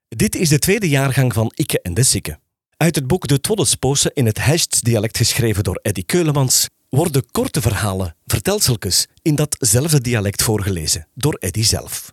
Dit is de tweede jaargang van Ikke en de Sikke. Uit het boek De Twoddespoose in het Hests-dialect geschreven door Eddy Keulemans worden korte verhalen, vertelseltjes, in datzelfde dialect voorgelezen door Eddy zelf.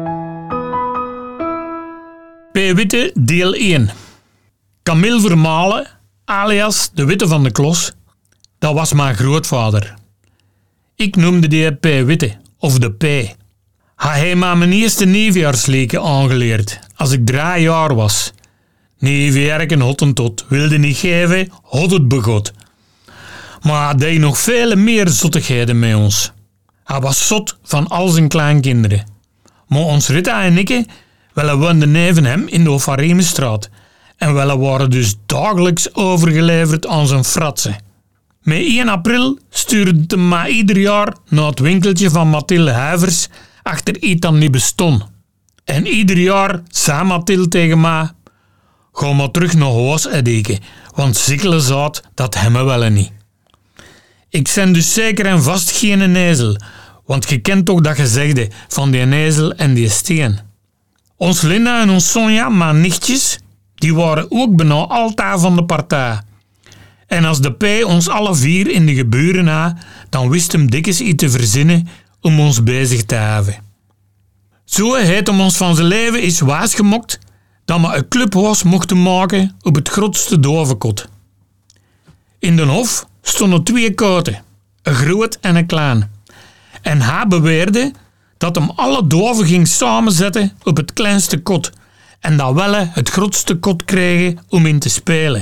P. Witte, deel 1. Camille Vermalen, alias de Witte van de Klos, dat was mijn grootvader. Ik noemde die P. Witte, of de P. Hij heeft me mijn eerste nieuwjaarsleken aangeleerd, als ik 3 jaar was. Nieuwjaar hottentot, wilde niet geven, had het begot. Maar hij deed nog vele meer zottigheden met ons. Hij was zot van al zijn kleinkinderen. Maar ons Rita en ik, we woonden neven hem in de Ofaremestraat. En we waren dus dagelijks overgeleverd aan zijn fratsen. Met 1 april stuurde hij me ieder jaar naar het winkeltje van Mathilde Huivers achter iets dat niet bestond. En ieder jaar zei Mathilde tegen mij: ga maar terug naar huis, Edeke, want ziekelen zout, dat hebben we wel niet. Ik ben dus zeker en vast geen ezel, want je kent toch dat gezegde van die ezel en die steen. Ons Linda en ons Sonja, mijn nichtjes, die waren ook bijna altijd van de partij. En als de P ons alle 4 in de geburen had, dan wist hem dikwijls iets te verzinnen om ons bezig te houden. Zo heeft hem ons van zijn leven is wijsgemokt dat we een clubhuis mochten maken op het grootste dovenkot. In de hof stonden 2 koten, een groot en een klein. En hij beweerde dat hem alle doven ging samenzetten op het kleinste kot en dat we het grootste kot kregen om in te spelen.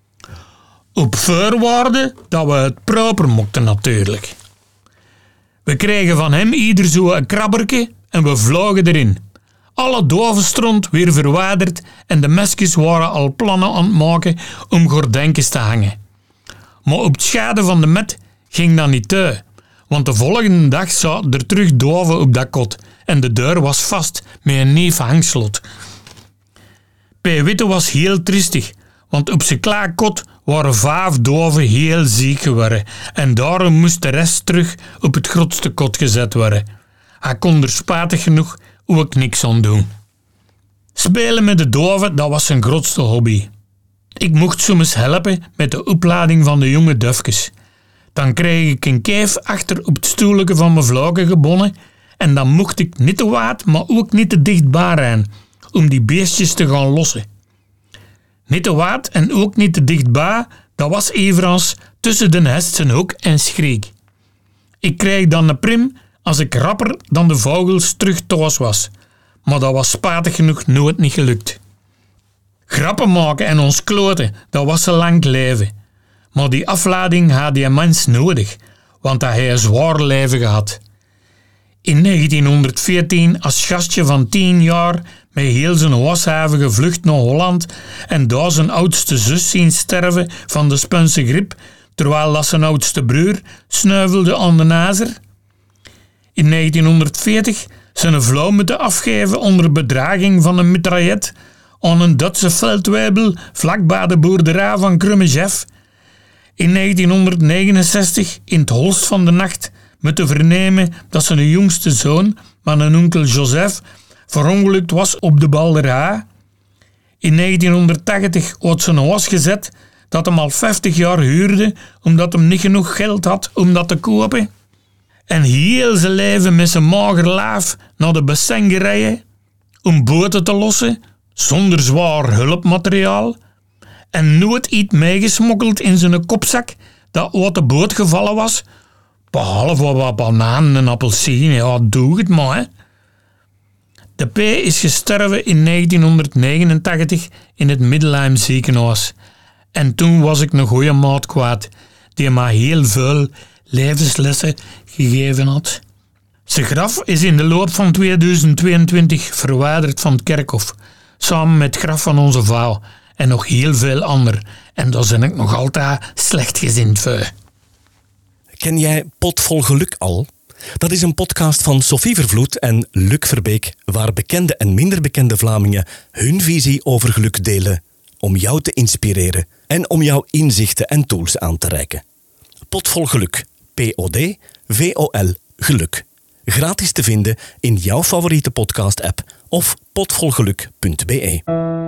Op voorwaarde dat we het proper mochten natuurlijk. We kregen van hem ieder zo een krabberke en we vlogen erin. Alle dovenstront weer verwijderd en de mesjes waren al plannen aan het maken om gordijntjes te hangen. Maar op het schade van de met ging dat niet te, want de volgende dag zaten er terug doven op dat kot en de deur was vast met een neef hangslot. P. Witte was heel triestig, want op zijn klaar kot waren 5 doven heel ziek geworden en daarom moest de rest terug op het grootste kot gezet worden. Hij kon er spijtig genoeg ook niks aan doen. Spelen met de doven, dat was zijn grootste hobby. Ik mocht soms helpen met de oplading van de jonge dufjes. Dan kreeg ik een keef achter op het stoelje van mijn vlogen gebonden en dan mocht ik niet te waard, maar ook niet te dichtbij rijden, om die beestjes te gaan lossen. Niet te waard en ook niet te dichtbij, dat was evenals tussen de hesten hoek en schreek. Ik kreeg dan een prim als ik rapper dan de vogels terug thuis was, maar dat was spijtig genoeg nooit niet gelukt. Grappen maken en ons kloten, dat was een lang leven. Maar die afleiding had die mens nodig, want hij had een zwaar leven gehad. In 1914, als gastje van 10 jaar, met heel zijn huishaven gevlucht naar Holland en daar zijn oudste zus zien sterven van de Spaanse griep, terwijl dat zijn oudste broer sneuvelde aan de nazer. In 1940 zijn vrouw moeten afgeven onder bedreiging van een mitraillet aan een Duitse veldwebel vlakbij de boerderij van Krummejeff. In 1969, in het holst van de nacht, moeten vernemen dat zijn jongste zoon, maar een onkel Joseph, verongelukt was op de balderij. In 1980 had zijn huis gezet dat hem al 50 jaar huurde omdat hem niet genoeg geld had om dat te kopen. En heel zijn leven met zijn mager lijf naar de bassin rijden om boten te lossen, zonder zwaar hulpmateriaal, en nooit iets meegesmokkeld in zijn kopzak dat uit de boot gevallen was, behalve wat bananen en appelsien. Ja, doe het maar, hè. De P is gestorven in 1989 in het Middelheim ziekenhuis. En toen was ik een goeie maat kwijt, die me heel veel levenslessen gegeven had. Zijn graf is in de loop van 2022 verwijderd van het kerkhof, samen met het graf van onze vrouw en nog heel veel ander. En daar ben ik nog altijd slechtgezind voor. Ken jij Pot vol geluk al? Dat is een podcast van Sophie Vervloed en Luc Verbeek, waar bekende en minder bekende Vlamingen hun visie over geluk delen, om jou te inspireren en om jouw inzichten en tools aan te reiken. Pot vol geluk. POD-VOL geluk. Gratis te vinden in jouw favoriete podcast-app of potvolgeluk.be.